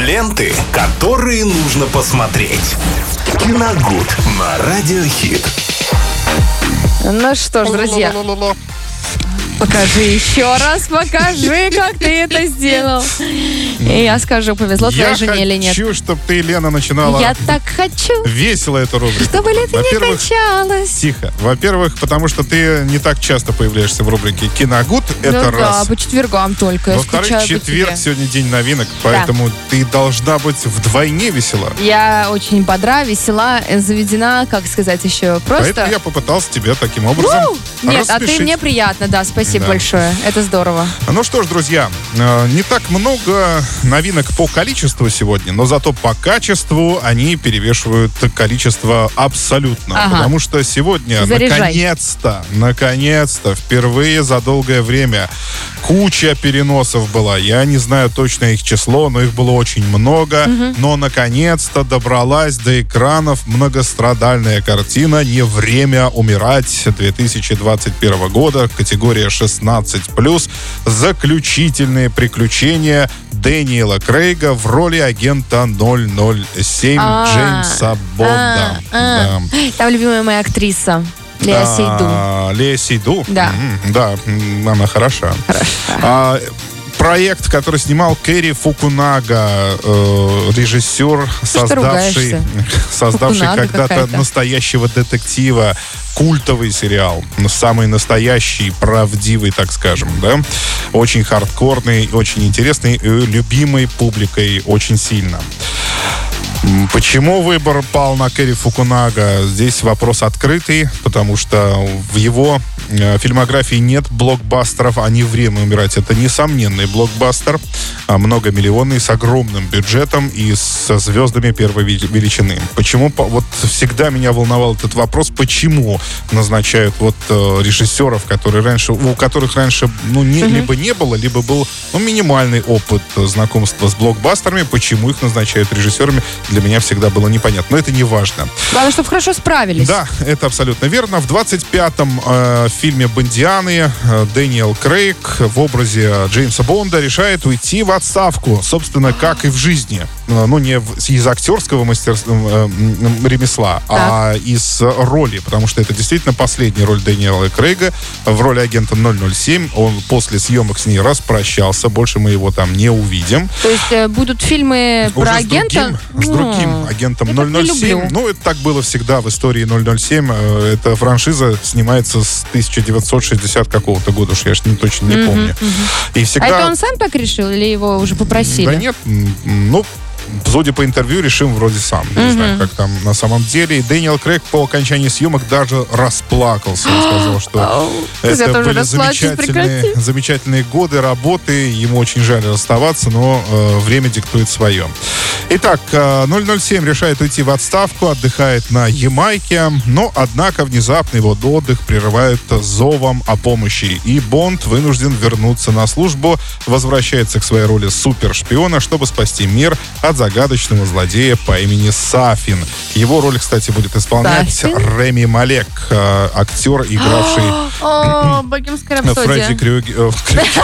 Ленты, которые нужно посмотреть. Киногуд на Радиохит. Ну что ж, друзья, покажи еще раз, покажи, как ты это сделал. И я скажу, повезло твоей жене или нет. Я хочу, чтобы ты, Лена, начинала... Я так хочу. Весело эту рубрику. Чтобы лето не кончалось. Тихо. Во-первых, потому что ты не так часто появляешься в рубрике «Киногуд». Это раз. Да, по четвергам только. Во-вторых, четверг сегодня день новинок, поэтому ты должна быть вдвойне весела. Я очень бодра, весела, заведена, как сказать еще, просто... Поэтому я попытался тебя таким образом Нет, рассмешить. а ты мне приятно, да, спасибо большое. Это здорово. Ну что ж, друзья, не так много новинок по количеству сегодня, но зато по качеству они перевешивают количество абсолютно. Потому что сегодня наконец-то, впервые за долгое время куча переносов была. Я не знаю точно их число, но их было очень много. Но наконец-то добралась до экранов многострадальная картина «Не время умирать» 2021 года, категория 16+, заключительные приключения Дэниела Крейга в роли агента 007 Джеймса Бонда. Там любимая моя актриса Лея Сейду. Лея Сейду? Да. Да, она хороша. Проект, который снимал Кэри Фукунага, режиссер, создавший когда-то «Настоящего детектива», культовый сериал, самый настоящий, правдивый, так скажем, да, очень хардкорный, очень интересный, любимый публикой очень сильно. Почему выбор пал на Кэри Фукунага? Здесь вопрос открытый, потому что в его фильмографии нет блокбастеров, а «Не время умирать» — это несомненный блокбастер, многомиллионный, с огромным бюджетом и со звездами первой величины. Почему? Вот всегда меня волновал этот вопрос, почему назначают вот режиссеров, у которых раньше либо не было, либо был минимальный опыт знакомства с блокбастерами, почему их назначают режиссерами, для меня всегда было непонятно. Но это не важно. Главное, чтобы хорошо справились. Да, это абсолютно верно. В 25-м фильме «Бондианы» Дэниел Крейг в образе Джеймса Бонда решает уйти в отставку. Собственно, как и в жизни. Не из актерского ремесла, а из роли. Потому что это действительно последняя роль Дэниела Крейга в роли агента 007. Он после съемок с ней распрощался. Больше мы его там не увидим. То есть будут фильмы уже про агента? С другим агентом 007. Это так было всегда в истории 007. Эта франшиза снимается с 1960 какого-то года. Уж я точно не помню. И всегда... А это он сам так решил или его уже попросили? Да нет, судя по интервью, решим вроде сам. Не знаю, как там на самом деле. И Дэниел Крейг по окончании съемок даже расплакался. Он сказал, что это были замечательные годы работы. Ему очень жаль расставаться, но время диктует свое. Итак, 007 решает уйти в отставку, отдыхает на Ямайке, но, однако, внезапно его отдых прерывают зовом о помощи. И Бонд вынужден вернуться на службу, возвращается к своей роли супершпиона, чтобы спасти мир от загадочного злодея по имени Сафин. Его роль, кстати, будет исполнять Реми Малек, актер, игравший «Богемская рапсодия». Фредди Крюгер.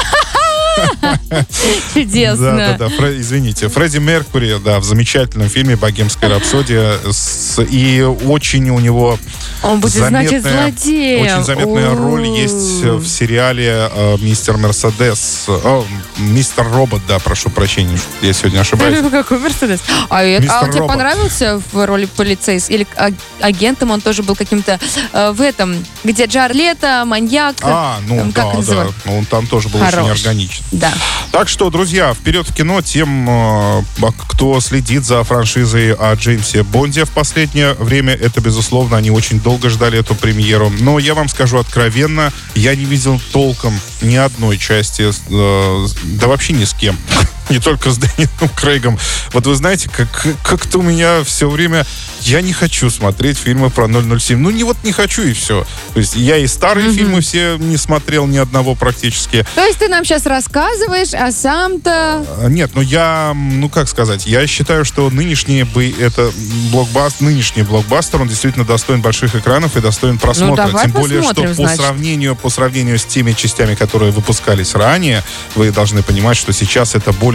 Чудесно. Да. Извините. Фредди Меркьюри, в замечательном фильме «Богемская рапсодия». И очень у него он будет, значит, злодеем. Очень заметная роль есть в сериале «Мистер Мерседес». «Мистер Робот», прошу прощения, я сегодня ошибаюсь. Какой Мерседес? Он тебе понравился в роли полицейского? Или агентом он тоже был каким-то в этом, где Джаред Лето, маньяк? Да. Он там тоже был очень органичен. Да. Так что, друзья, вперед в кино тем, кто следит за франшизой о Джеймсе Бонде в последнее время. Это, безусловно, они очень долго ждали эту премьеру. Но я вам скажу откровенно, я не видел толком ни одной части, да вообще ни с кем. Не только с Дэниелом Крейгом. Вот вы знаете, как-то у меня все время... Я не хочу смотреть фильмы про 007. Не хочу, и все. То есть я и старые фильмы все не смотрел, ни одного практически. То есть ты нам сейчас рассказываешь, а сам-то... Нет, я считаю, что нынешний блокбастер, он действительно достоин больших экранов и достоин просмотра. Тем более, что по сравнению с теми частями, которые выпускались ранее, вы должны понимать, что сейчас это более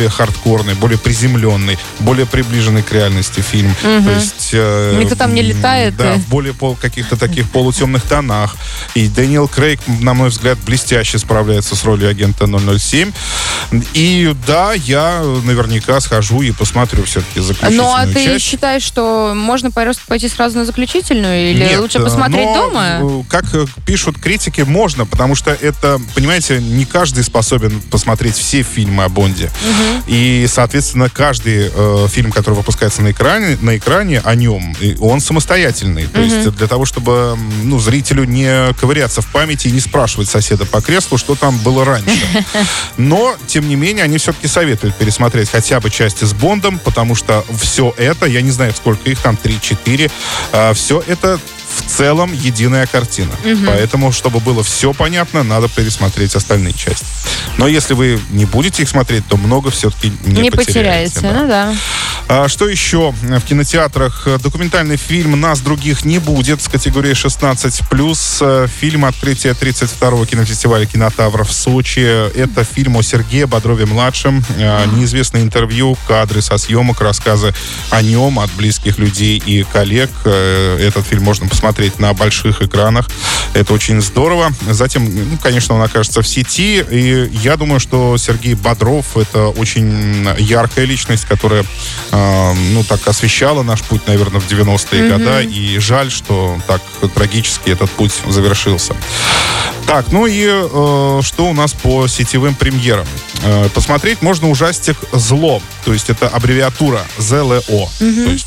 более хардкорный, более приземленный, более приближенный к реальности фильм. То есть... Никто там не летает. Да, в более каких-то таких полутемных тонах. И Дэниел Крейг, на мой взгляд, блестяще справляется с ролью агента 007. И да, я наверняка схожу и посмотрю все-таки заключительную часть. Ну, а ты считаешь, что можно пойти сразу на заключительную? Или Нет, лучше посмотреть дома? Как пишут критики, можно, потому что это, понимаете, не каждый способен посмотреть все фильмы о Бонде. И, соответственно, каждый фильм, который выпускается на экране о нем, он самостоятельный. То есть для того, чтобы зрителю не ковыряться в памяти и не спрашивать соседа по креслу, что там было раньше. Но, тем не менее, они все-таки советуют пересмотреть хотя бы части с Бондом, потому что все это, я не знаю, сколько их там, 3-4, все это в целом единая картина. Поэтому, чтобы было все понятно, надо пересмотреть остальные части. Но если вы не будете их смотреть, то много все-таки не потеряете. Да. Ну да. Что еще в кинотеатрах? Документальный фильм «Нас других не будет» с категорией 16+. Фильм «Открытие 32-го кинофестиваля «Кинотавр» в Сочи». Это фильм о Сергее Бодрове-младшем. Неизвестные интервью, кадры со съемок, рассказы о нем от близких людей и коллег. Этот фильм можно посмотреть на больших экранах. Это очень здорово. Затем, конечно, он окажется в сети. И я думаю, что Сергей Бодров — это очень яркая личность, которая так освещала наш путь, наверное, в 90-е годы. И жаль, что так трагически этот путь завершился. Так, что у нас по сетевым премьерам? Посмотреть можно ужастик «Зло». То есть это аббревиатура ЗЛО. То есть,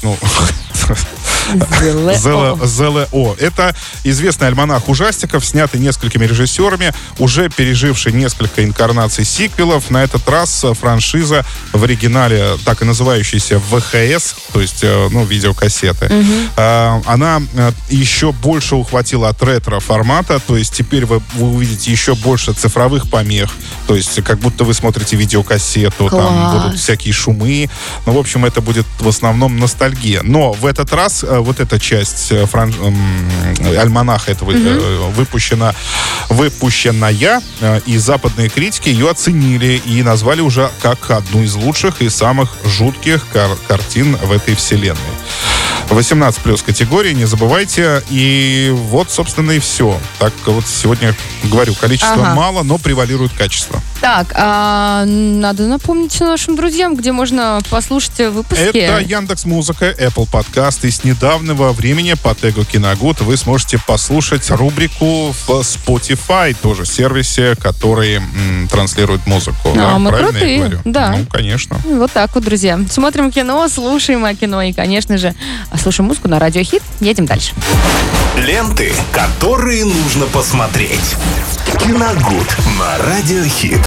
ЗЛО. Это известный альманах ужастиков, снятый несколькими режиссерами, уже переживший несколько инкарнаций сиквелов. На этот раз франшиза в оригинале, так и называющаяся ВХС, то есть, видеокассеты, она еще больше ухватила от ретро-формата, то есть теперь вы увидите еще больше цифровых помех, то есть как будто вы смотрите видеокассету, там будут всякие шумы. В общем, это будет в основном ностальгия. Но в этот раз вот эта часть альманаха этого выпущенная, и западные критики ее оценили и назвали уже как одну из лучших и самых жутких картин в этой вселенной. 18+ категории, не забывайте. И вот, собственно, и все. Так вот сегодня говорю, количество мало, но превалирует качество. Так, надо напомнить нашим друзьям, где можно послушать выпуски. Это Яндекс.Музыка, Apple Podcast. И с недавнего времени по тегу Киногуд вы сможете послушать рубрику в Spotify, тоже сервисе, который транслирует музыку. Мы крутые. Да. Ну, конечно. Вот так вот, друзья. Смотрим кино, слушаем о кино и, конечно же, слушаем музыку на Радио Хит. Едем дальше. Ленты, которые нужно посмотреть. Киногуд на Радио Хит.